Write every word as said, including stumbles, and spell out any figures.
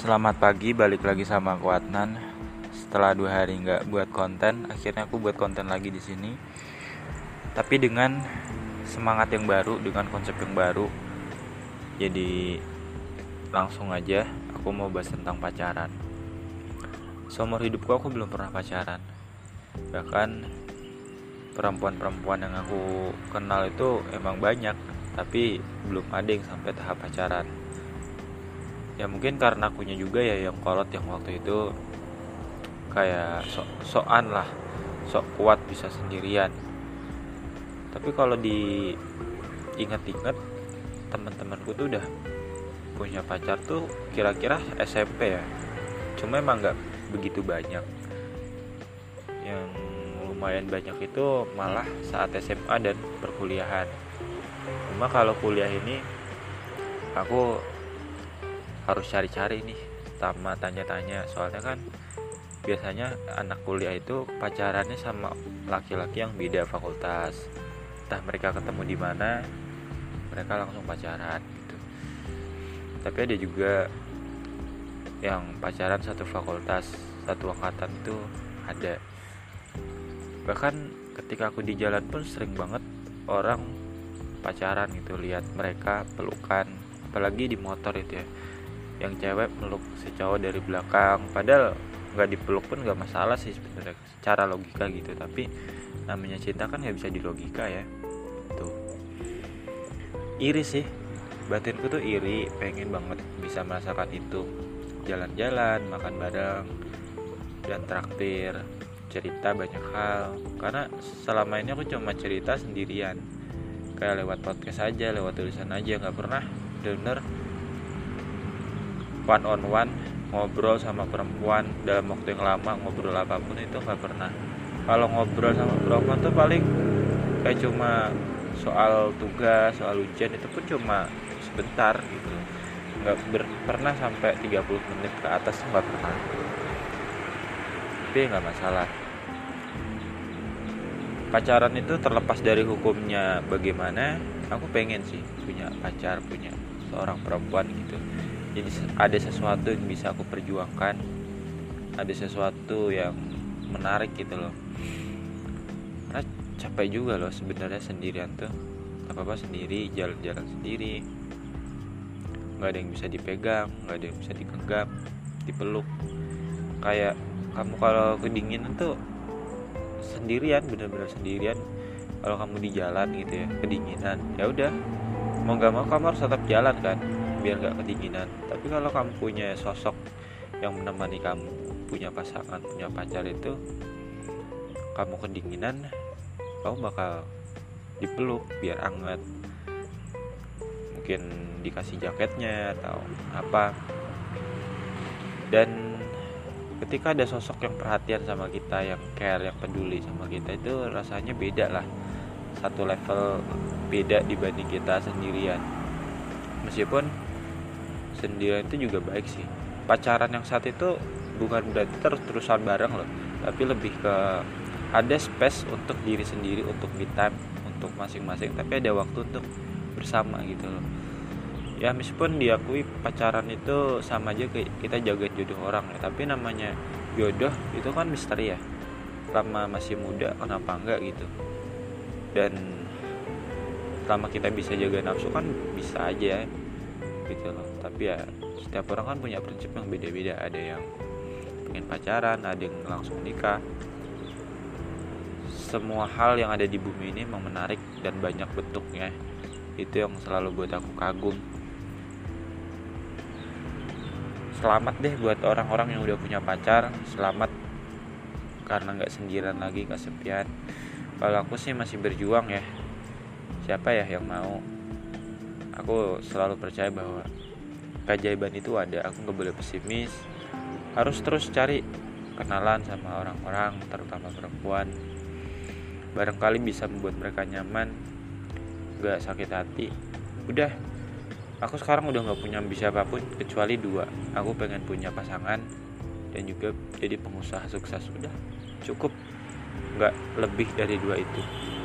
Selamat pagi, balik lagi sama aku Adnan. Setelah dua hari nggak buat konten, akhirnya aku buat konten lagi di sini. Tapi dengan semangat yang baru, dengan konsep yang baru. Jadi langsung aja, aku mau bahas tentang pacaran. Seumur hidupku aku belum pernah pacaran. Bahkan perempuan-perempuan yang aku kenal itu emang banyak, tapi belum ada yang sampai tahap pacaran. Ya mungkin karena akunya juga ya yang kolot yang waktu itu kayak sok-sokan lah, sok kuat bisa sendirian. Tapi kalau diingat-ingat, teman-temanku tuh udah punya pacar tuh kira-kira S M P ya. Cuma emang nggak begitu banyak. Yang lumayan banyak itu malah saat S M A dan perkuliahan. Cuma kalau kuliah ini aku harus cari-cari nih, sama tanya-tanya, soalnya kan biasanya anak kuliah itu pacarannya sama laki-laki yang beda fakultas. Entah mereka ketemu di mana, mereka langsung pacaran gitu. Tapi ada juga yang pacaran satu fakultas, satu angkatan itu ada. Bahkan ketika aku di jalan pun sering banget orang pacaran gitu, lihat mereka pelukan, apalagi di motor itu ya, yang cewek meluk si cowok dari belakang. Padahal nggak dipeluk pun nggak masalah sih sebenarnya secara logika gitu, tapi namanya cinta kan nggak bisa dilogika ya. Tuh iri sih, batinku tuh iri, pengen banget bisa merasakan itu, jalan-jalan, makan bareng, dan traktir, cerita banyak hal. Karena selama ini aku cuma cerita sendirian, kayak lewat podcast aja, lewat tulisan aja, nggak pernah bener-bener one on one ngobrol sama perempuan dalam waktu yang lama, ngobrol apapun itu nggak pernah. Kalau ngobrol sama perempuan tuh paling kayak cuma soal tugas, soal ujian, itu pun cuma sebentar gitu, nggak ber- pernah sampai tiga puluh menit ke atas, nggak pernah. Tapi nggak masalah, pacaran itu terlepas dari hukumnya bagaimana, aku pengen sih punya pacar, punya seorang perempuan gitu. Jadi ada sesuatu yang bisa aku perjuangkan, ada sesuatu yang menarik gitu loh. Karena capek juga loh sebenarnya sendirian tuh. Apa-apa sendiri, jalan-jalan sendiri, gak ada yang bisa dipegang, gak ada yang bisa digenggam, dipeluk. Kayak kamu kalau kedinginan tuh sendirian, benar-benar sendirian. Kalau kamu di jalan gitu ya, kedinginan, ya udah, mau gak mau kamu harus tetap jalan kan, biar gak kedinginan. Tapi kalau kamu punya sosok yang menemani kamu, punya pasangan, punya pacar, itu kamu kedinginan, kamu bakal dipeluk biar hangat, mungkin dikasih jaketnya atau apa. Dan ketika ada sosok yang perhatian sama kita, yang care, yang peduli sama kita, itu rasanya beda lah, satu level beda dibanding kita sendirian. Meskipun sendirian itu juga baik sih. Pacaran yang saat itu bukan berarti terus-terusan bareng loh, tapi lebih ke ada space untuk diri sendiri, untuk me time, untuk masing-masing, tapi ada waktu untuk bersama gitu loh. Ya meskipun diakui pacaran itu sama aja kayak kita jaga jodoh orang ya, tapi namanya jodoh itu kan misteri ya. Selama masih muda kenapa enggak gitu. Dan selama kita bisa jaga nafsu kan bisa aja gitu loh. Tapi ya setiap orang kan punya prinsip yang beda-beda. Ada yang pengen pacaran, ada yang langsung nikah. Semua hal yang ada di bumi ini memang menarik dan banyak bentuknya. Itu yang selalu buat aku kagum. Selamat deh buat orang-orang yang udah punya pacar. Selamat karena gak sendirian lagi, gak sepian. Kalau aku sih masih berjuang ya. Siapa ya yang mau? Aku selalu percaya bahwa keajaiban itu ada. Aku gak boleh pesimis. Harus terus cari kenalan sama orang-orang, terutama perempuan. Barangkali bisa membuat mereka nyaman, gak sakit hati. Udah, aku sekarang udah gak punya ambisi apapun kecuali dua. Aku pengen punya pasangan dan juga jadi pengusaha sukses. Udah, cukup, gak lebih dari dua itu.